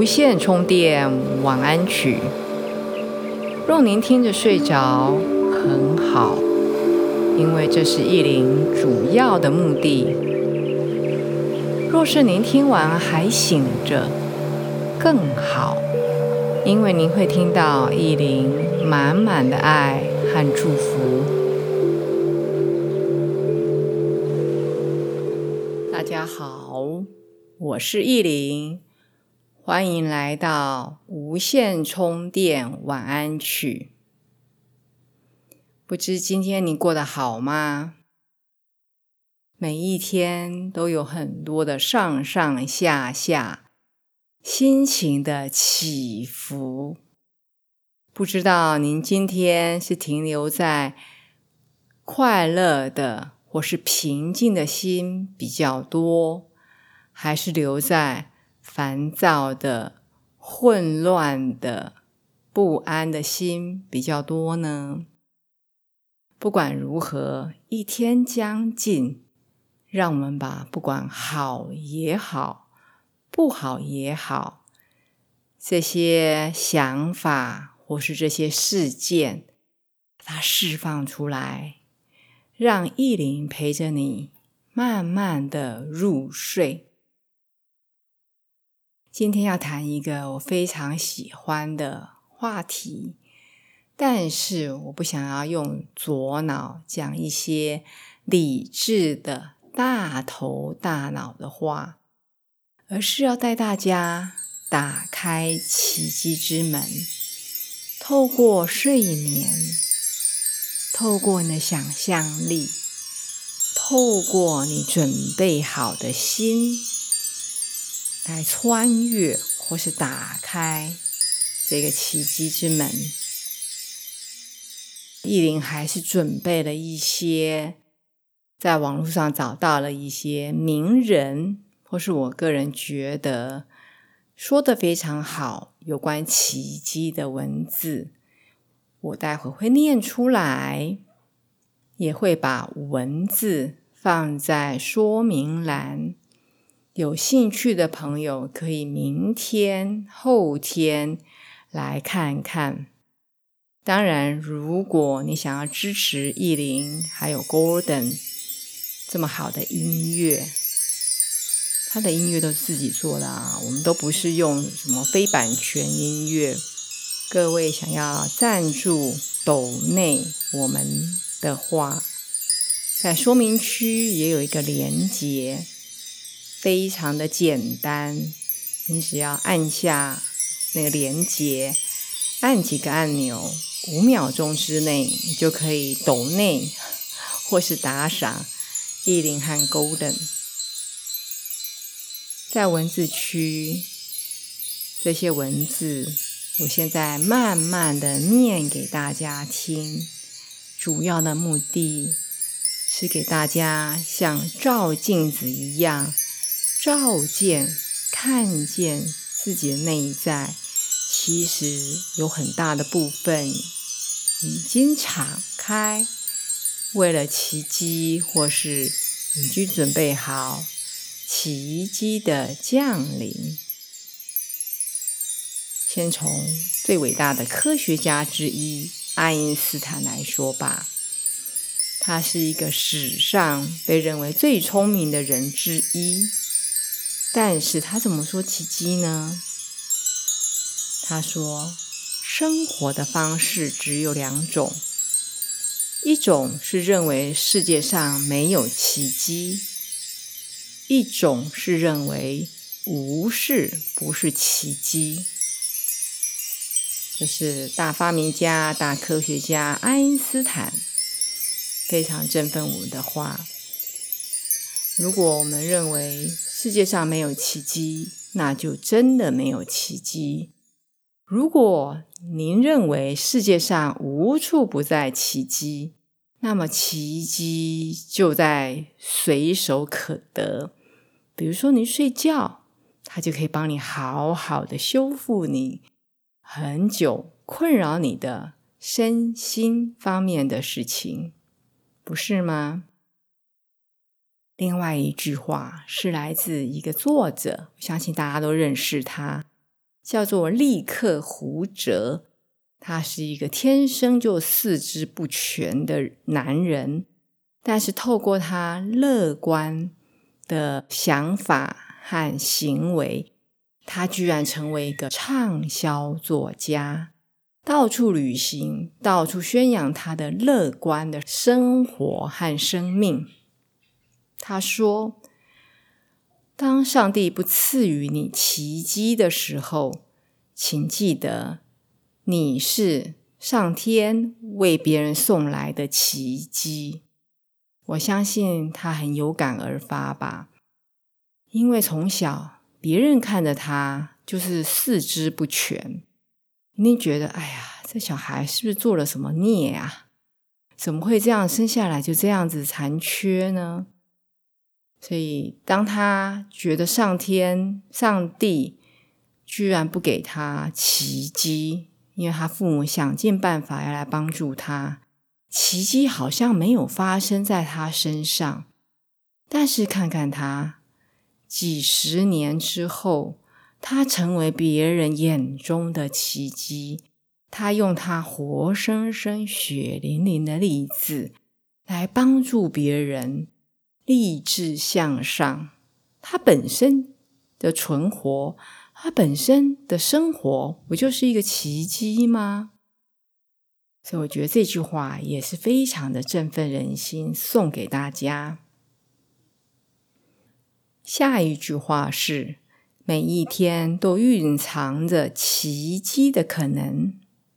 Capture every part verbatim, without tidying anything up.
无线充电晚安曲，若您听着睡着很好，因为这是意林主要的目的。若是您听完还醒着更好，因为您会听到意林满满的爱和祝福。大家好，我是意林，欢迎来到无线充电晚安曲。不知今天你过得好吗？每一天都有很多的上上下下，心情的起伏。不知道您今天是停留在快乐的或是平静的心比较多，还是留在烦躁的、混乱的、不安的心比较多呢？不管如何，一天将近，让我们把不管好也好，不好也好，这些想法或是这些事件，把它释放出来，让意林陪着你慢慢的入睡。今天要谈一个我非常喜欢的话题，但是我不想要用左脑讲一些理智的大头大脑的话，而是要带大家打开奇迹之门，透过睡眠，透过你的想象力，透过你准备好的心，来穿越或是打开这个奇迹之门。意林还是准备了一些，在网络上找到了一些名人，或是我个人觉得说得非常好有关奇迹的文字，我待会会念出来，也会把文字放在说明栏，有兴趣的朋友可以明天后天来看看。当然如果你想要支持意林还有 Gordon 这么好的音乐，他的音乐都是自己做的啊，我们都不是用什么非版权音乐。各位想要赞助抖内我们的话，在说明区也有一个连结，非常的简单，你只要按下那个连结，按几个按钮，五秒钟之内你就可以抖内或是打赏意林和 Golden。 在文字区，这些文字我现在慢慢的念给大家听，主要的目的是给大家像照镜子一样照见看见自己的内在，其实有很大的部分已经敞开，为了奇迹或是已经准备好奇迹的降临。先从最伟大的科学家之一爱因斯坦来说吧，他是一个史上被认为最聪明的人之一，但是他怎么说奇迹呢？他说，生活的方式只有两种，一种是认为世界上没有奇迹，一种是认为无事不是奇迹。这是大发明家、大科学家爱因斯坦非常振奋我们的话。如果我们认为世界上没有奇迹，那就真的没有奇迹。如果您认为世界上无处不在奇迹，那么奇迹就在随手可得。比如说你睡觉，它就可以帮你好好的修复你很久困扰你的身心方面的事情，不是吗？另外一句话是来自一个作者，我相信大家都认识他， 叫做利克胡哲。他是一个天生就四肢不全的男人，但是透过他乐观的想法和行为，他居然成为一个畅销作家，到处旅行，到处宣扬他的乐观的生活和生命。他说，当上帝不赐予你奇迹的时候，请记得你是上天为别人送来的奇迹。我相信他很有感而发吧，因为从小别人看着他就是四肢不全，一定觉得哎呀，这小孩是不是做了什么孽啊？怎么会这样生下来就这样子残缺呢？所以当他觉得上天上帝居然不给他奇迹，因为他父母想尽办法要来帮助他，奇迹好像没有发生在他身上。但是看看他几十年之后，他成为别人眼中的奇迹，他用他活生生血淋淋的例子来帮助别人立志向上。他本身的存活，他本身的生活不就是一个奇迹吗？所以我觉得这句话也是非常的振奋人心，送给大家。下一句话是，每一天都蕴藏着奇迹的可能。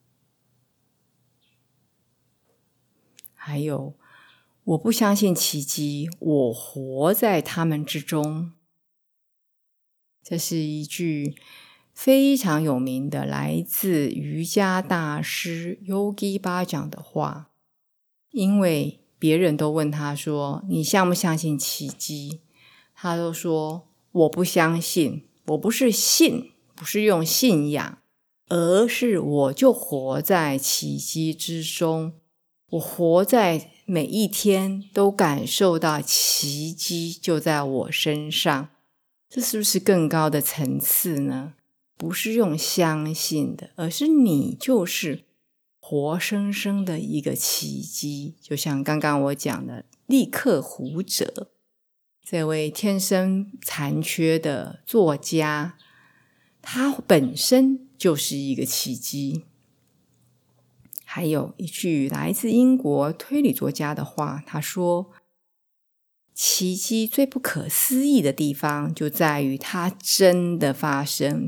还有，我不相信奇迹，我活在他们之中。这是一句非常有名的来自瑜伽大师 Yogi Bhajan 的话。因为别人都问他说，你相不相信奇迹？他都说，我不相信。我不是信，不是用信仰，而是我就活在奇迹之中。我活在每一天都感受到奇迹就在我身上。这是不是更高的层次呢？不是用相信的，而是你就是活生生的一个奇迹。就像刚刚我讲的利克胡哲，这位天生残缺的作家，他本身就是一个奇迹。还有一句来自英国推理作家的话，他说，奇迹最不可思议的地方就在于它真的发生。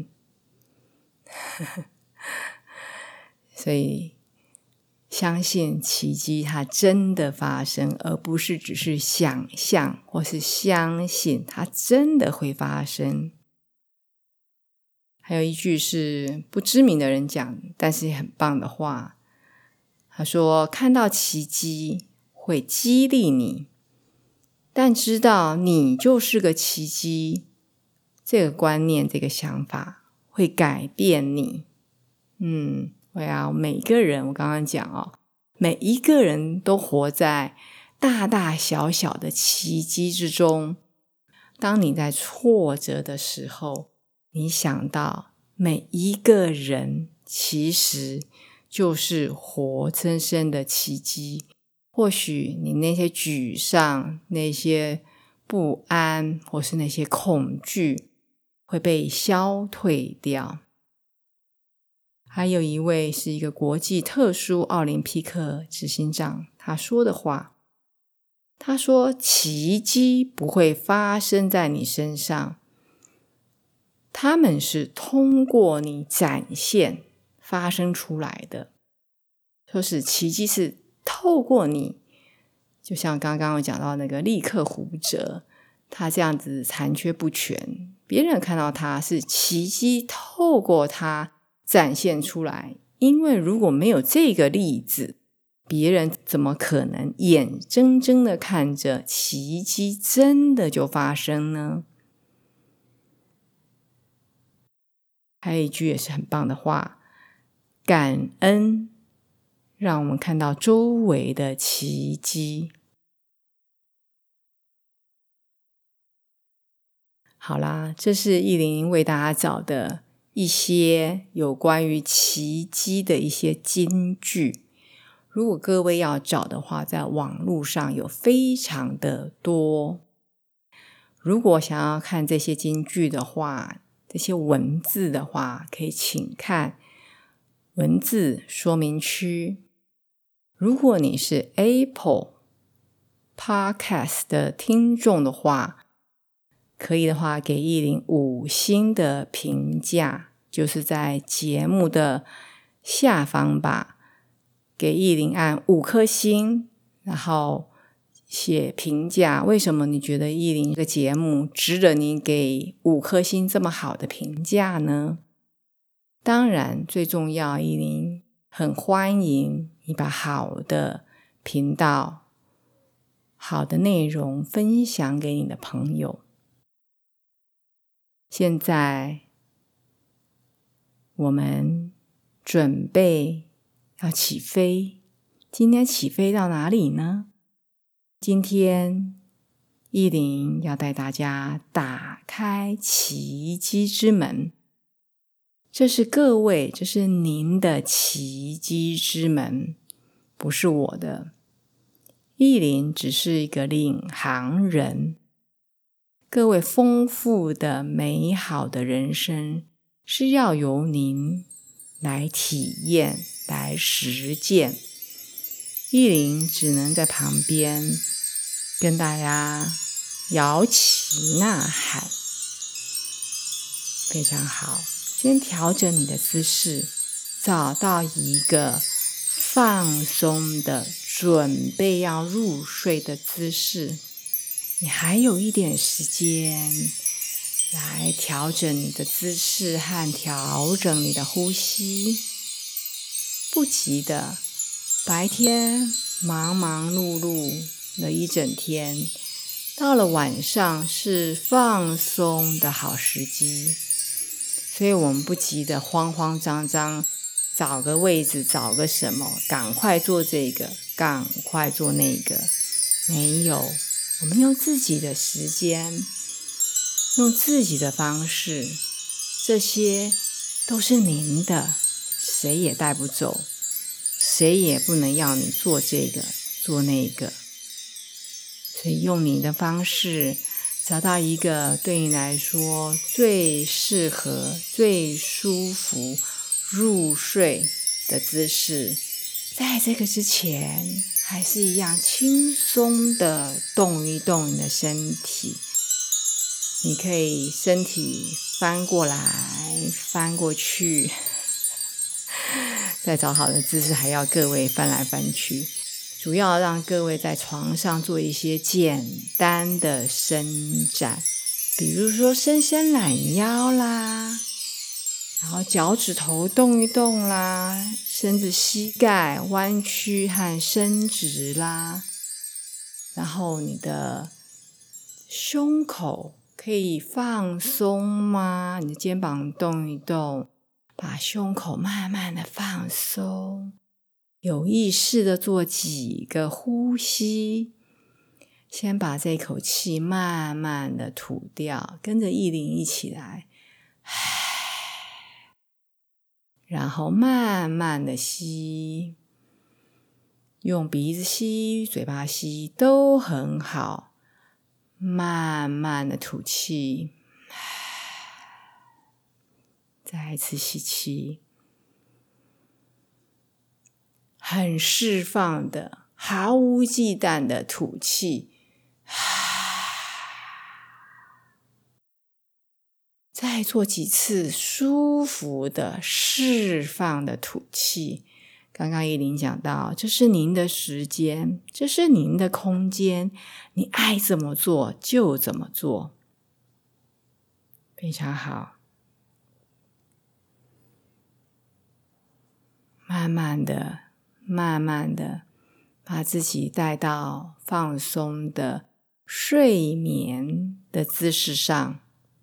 所以相信奇迹它真的发生，而不是只是想象或是相信它真的会发生。还有一句是不知名的人讲，但是也很棒的话，他说，看到奇迹会激励你，但知道你就是个奇迹，这个观念，这个想法会改变你。嗯，我要每个人，我刚刚讲哦，每一个人都活在大大小小的奇迹之中。当你在挫折的时候，你想到每一个人其实就是活生生的奇迹，或许你那些沮丧、那些不安或是那些恐惧会被消退掉。还有一位是一个国际特殊奥林匹克执行长，他说的话，他说，奇迹不会发生在你身上，他们是通过你展现发生出来的。就是奇迹是透过你，就像刚刚我讲到那个利克胡哲，他这样子残缺不全，别人看到他是奇迹透过他展现出来。因为如果没有这个例子，别人怎么可能眼睁睁的看着奇迹真的就发生呢？还有一句也是很棒的话，感恩让我们看到周围的奇迹。好啦，这是意林为大家找的一些有关于奇迹的一些金句。如果各位要找的话，在网络上有非常的多。如果想要看这些金句的话，这些文字的话，可以请看文字说明区。如果你是 Apple Podcast 的听众的话，可以的话给意林五星的评价，就是在节目的下方吧，给意林按五颗星，然后写评价，为什么你觉得意林这个节目值得你给五颗星这么好的评价呢？当然最重要，意林很欢迎你把好的频道、好的内容分享给你的朋友。现在我们准备要起飞，今天起飞到哪里呢？今天意林要带大家打开奇迹之门，这是各位，这是您的奇迹之门，不是我的。意林只是一个领航人，各位丰富的美好的人生是要由您来体验来实践，意林只能在旁边跟大家摇旗呐喊。非常好，先调整你的姿势，找到一个放松的准备要入睡的姿势。你还有一点时间来调整你的姿势和调整你的呼吸，不急的。白天忙忙碌碌了一整天，到了晚上是放松的好时机，所以我们不急的慌慌张张找个位置找个什么，赶快做这个赶快做那个，没有，我们用自己的时间，用自己的方式，这些都是您的，谁也带不走，谁也不能要你做这个做那个。所以用你的方式找到一个对你来说最适合最舒服入睡的姿势，在这个之前还是一样轻松的动一动你的身体。你可以身体翻过来翻过去，再找好的姿势还要各位翻来翻去，主要让各位在床上做一些简单的伸展，比如说伸伸懒腰啦，然后脚趾头动一动啦，伸着膝盖弯曲和伸直啦，然后你的胸口可以放松吗？你的肩膀动一动，把胸口慢慢的放松，有意识的做几个呼吸，先把这口气慢慢的吐掉，跟着意林一起来，然后慢慢的吸，用鼻子吸嘴巴吸都很好，慢慢的吐气，再一次吸气，很释放的毫无忌惮的吐气，再做几次舒服的释放的吐气。刚刚意林讲到，这是您的时间，这是您的空间，你爱怎么做就怎么做。非常好，慢慢的慢慢的把自己带到放松的睡眠的姿势上。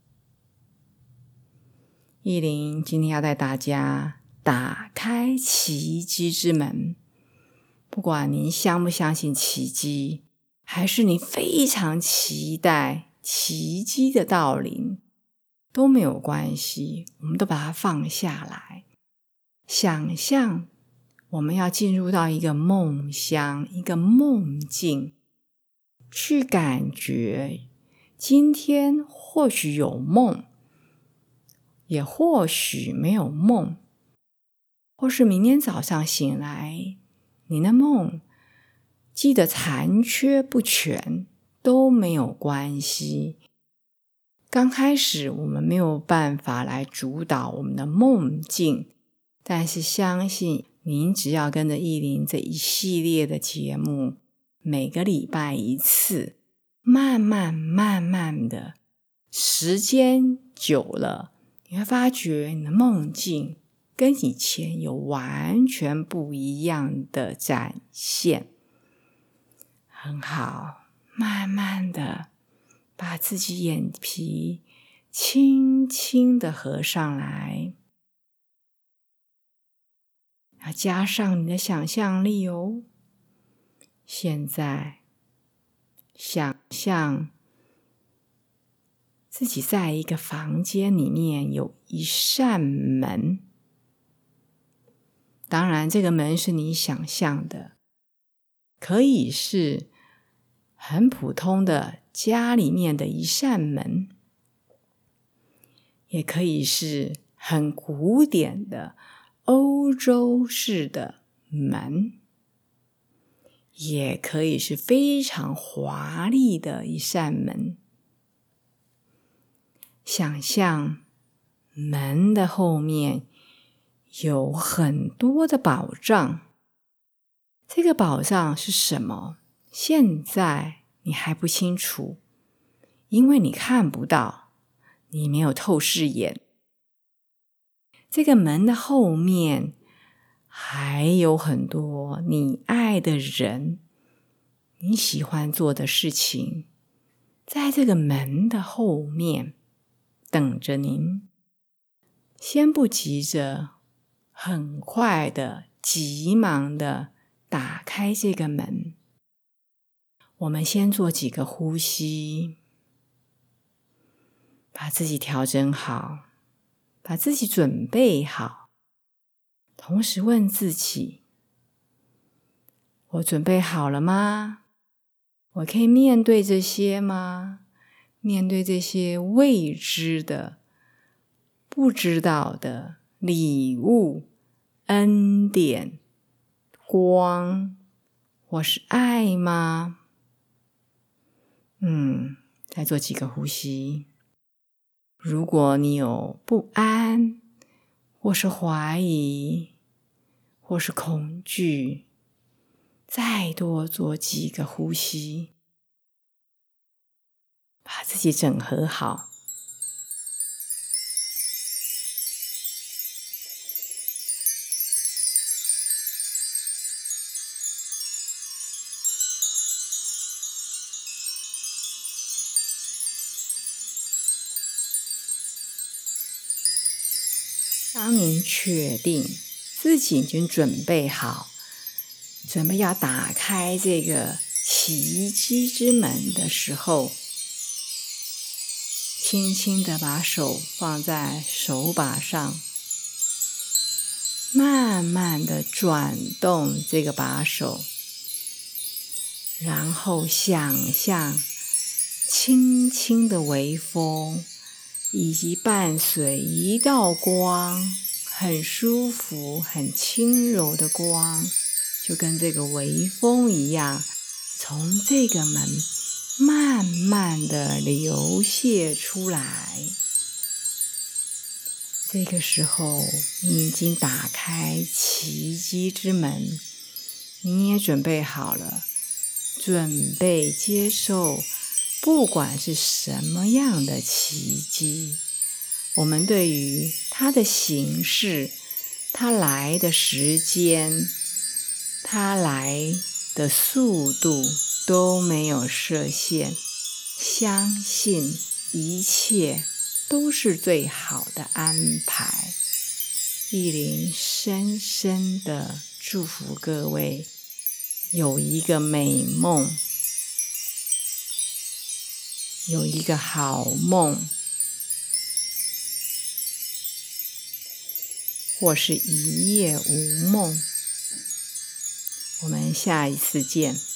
意林今天要带大家打开奇迹之门，不管您相不相信奇迹，还是你非常期待奇迹的到临， 都没有关系，我们都把它放下来，想象我们要进入到一个梦乡，一个梦境，去感觉今天或许有梦，也或许没有梦，或是明天早上醒来，你的梦记得残缺不全都没有关系。刚开始我们没有办法来主导我们的梦境，但是相信您只要跟着意林这一系列的节目，每个礼拜一次，慢慢慢慢的，时间久了，你会发觉你的梦境跟以前有完全不一样的展现。很好，慢慢的把自己眼皮轻轻的合上来，要加上你的想象力哦。现在想象自己在一个房间里面有一扇门，当然这个门是你想象的，可以是很普通的家里面的一扇门，也可以是很古典的欧洲式的门，也可以是非常华丽的一扇门。想象门的后面有很多的宝藏，这个宝藏是什么？现在你还不清楚，因为你看不到，你没有透视眼。这个门的后面还有很多你爱的人，你喜欢做的事情，在这个门的后面等着您。先不急着很快的急忙的打开这个门，我们先做几个呼吸，把自己调整好，把自己准备好，同时问自己，我准备好了吗？我可以面对这些吗？面对这些未知的、不知道的礼物、恩典、光，或是爱吗？嗯，再做几个呼吸。如果你有不安，或是怀疑，或是恐惧，再多做几个呼吸，把自己整合好。当您确定自己已经准备好，准备要打开这个奇迹之门的时候，轻轻地把手放在手把上，慢慢地转动这个把手，然后想象轻轻的微风，以及伴随一道光，很舒服很轻柔的光，就跟这个微风一样，从这个门慢慢的流泻出来。这个时候你已经打开奇迹之门，你也准备好了，准备接受不管是什么样的奇迹。我们对于它的形式，它来的时间，它来的速度都没有设限，相信一切都是最好的安排。意林深深的祝福各位有一个美梦，有一个好梦， 或是一夜无梦。我们下一次见。